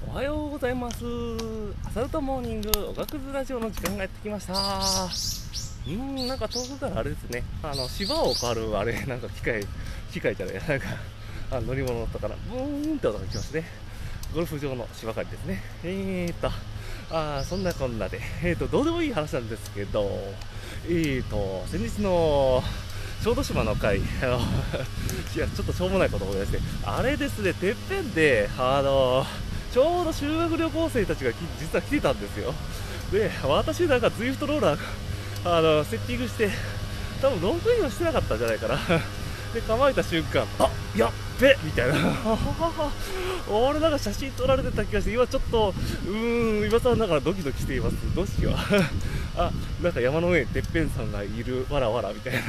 おはようございます。アサルトモーニングおがくずラジオの時間がやってきました。なんか遠くからあれですね、芝を刈るあれ、なんか機械じゃない、なんか乗り物だったからブーンって音が来ましたね。ゴルフ場の芝刈りですね。そんなこんなで、どうでもいい話なんですけど、先日の小豆島の会、いや、ちょっとしょうもないことを思い出して、あれですね、てっぺんで、ちょうど修学旅行生たちが実は来てたんですよ。で、私なんかズイフトローラー、セッティングして、多分ロングインはしてなかったんじゃないかな。で、構えた瞬間、やっべみたいな。俺なんか写真撮られてた気がして、今ちょっと、今更ながらドキドキしています。どうしよう。なんか山の上にてっぺんさんがいる、わらわらみたいな。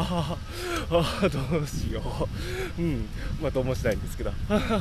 どうしよう。どうもしないんですけど。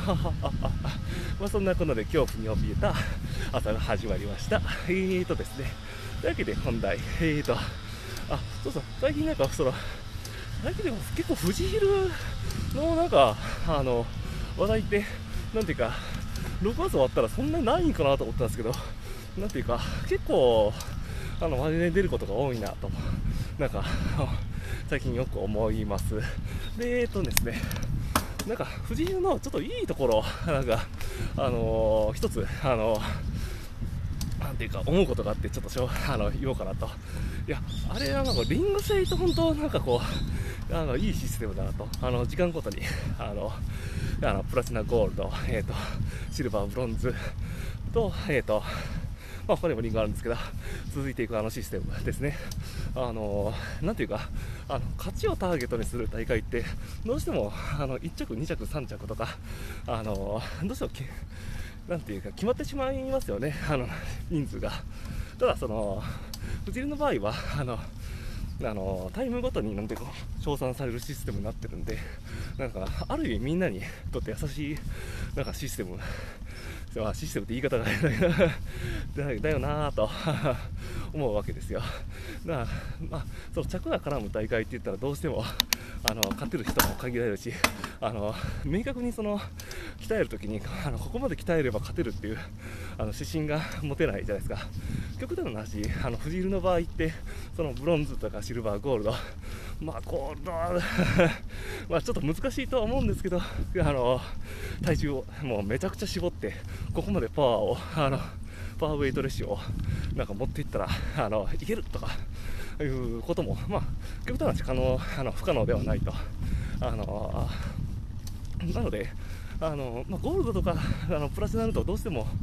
そんなことで恐怖に怯えた朝が始まりました。ですね。というわけで本題。そうそう、最近なんか最近でも結構富士ヒルのなんか話題ってなんていうか6月終わったらそんなにないんかなと思ったんですけど、なんていうか結構真面目に出ることが多いなとなんか最近よく思います。でですね、なんか富士ヒルのちょっといいところなんか一つなんていうか思うことがあってちょっと言おうかなと。いや、あれなんかリングセイト本当なんかこういいシステムだなと。時間ごとにプラチナゴールド、シルバーブロンズと他にもリングあるんですけど続いていくシステムですね。なんていうか勝ちをターゲットにする大会ってどうしても1着2着3着とかどうしてもなんていうか決まってしまいますよね、人数が。ただ富士の場合はタイムごとになんていうか称賛されるシステムになってるんで、なんかある意味みんなにとって優しいなんかシステムって言い方がだよなぁと思うわけですよ。だからその着が絡む大会って言ったらどうしても勝てる人も限られるし、明確に鍛えるときにここまで鍛えれば勝てるっていう指針が持てないじゃないですか。極端な話、富士ヒルの場合ってブロンズとかシルバー、ゴールド、ゴールドはちょっと難しいとは思うんですけど、体重をもうめちゃくちゃ絞ってここまでパワーウェイトレシオをなんか持っていったらいけるとかいうことも極端な話不可能ではないと。なのでゴールドとかプラチナになるとどうしても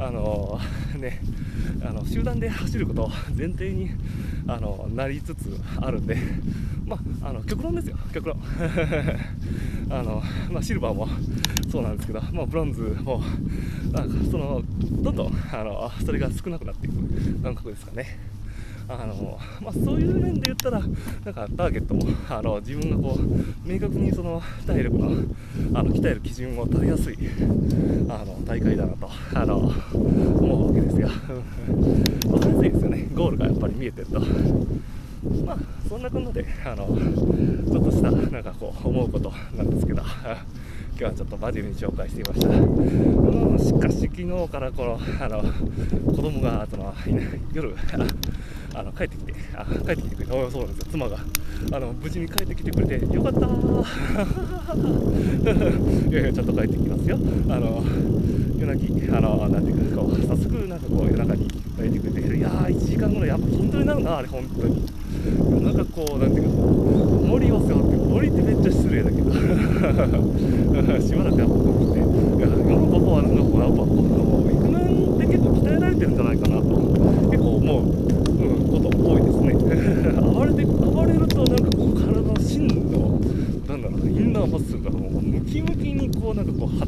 集団で走ることを前提になりつつあるんで、極論ですよ、極論シルバーもそうなんですけど、ブロンズもどんどんそれが少なくなっていく感覚ですかね。そういう面で言ったらなんかターゲットも自分がこう明確に体力の鍛える基準を立てやすい大会だなと思うわけですが分かりやすいですよね、ゴールがやっぱり見えてると。そんなこんなでちょっとしたなんかこう思うことなんですけど今日はちょっと真面目に紹介していました。しかし昨日から子供が夜帰ってきてくれて、そうなんですよ、妻が無事に帰ってきてくれてよかったいやちゃんと帰ってきますよ。夜泣きなんていうか早速なんか夜中に帰ってくれて、いやー1時間ぐらいやっぱ筋トレになるなあれ本当に。なんかなんていうか森を背負って森ってめっちゃ失礼だけどしばらくやっぱ見て、いや世のパパはなんかやっぱイクメンって結構鍛えられてるんじゃないかなと結構思うこと多いですね暴れるとなんか体の芯のなんだろうインナーマッスルがもうムキムキに発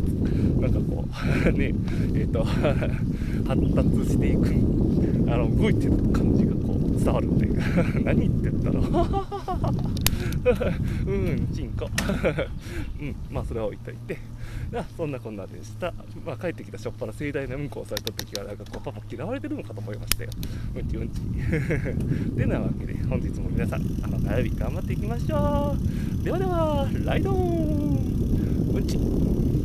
達していく動いてる感じが伝わるんで何言ってんだろうチンコそれは置いといて、そんなこんなでした。帰ってきたしょっぱな盛大なうんこをされた時はなんかパパ嫌われてるのかと思いましたよ。うんちてなわけで本日も皆さん火曜日頑張っていきましょう。ではではライドーンうんち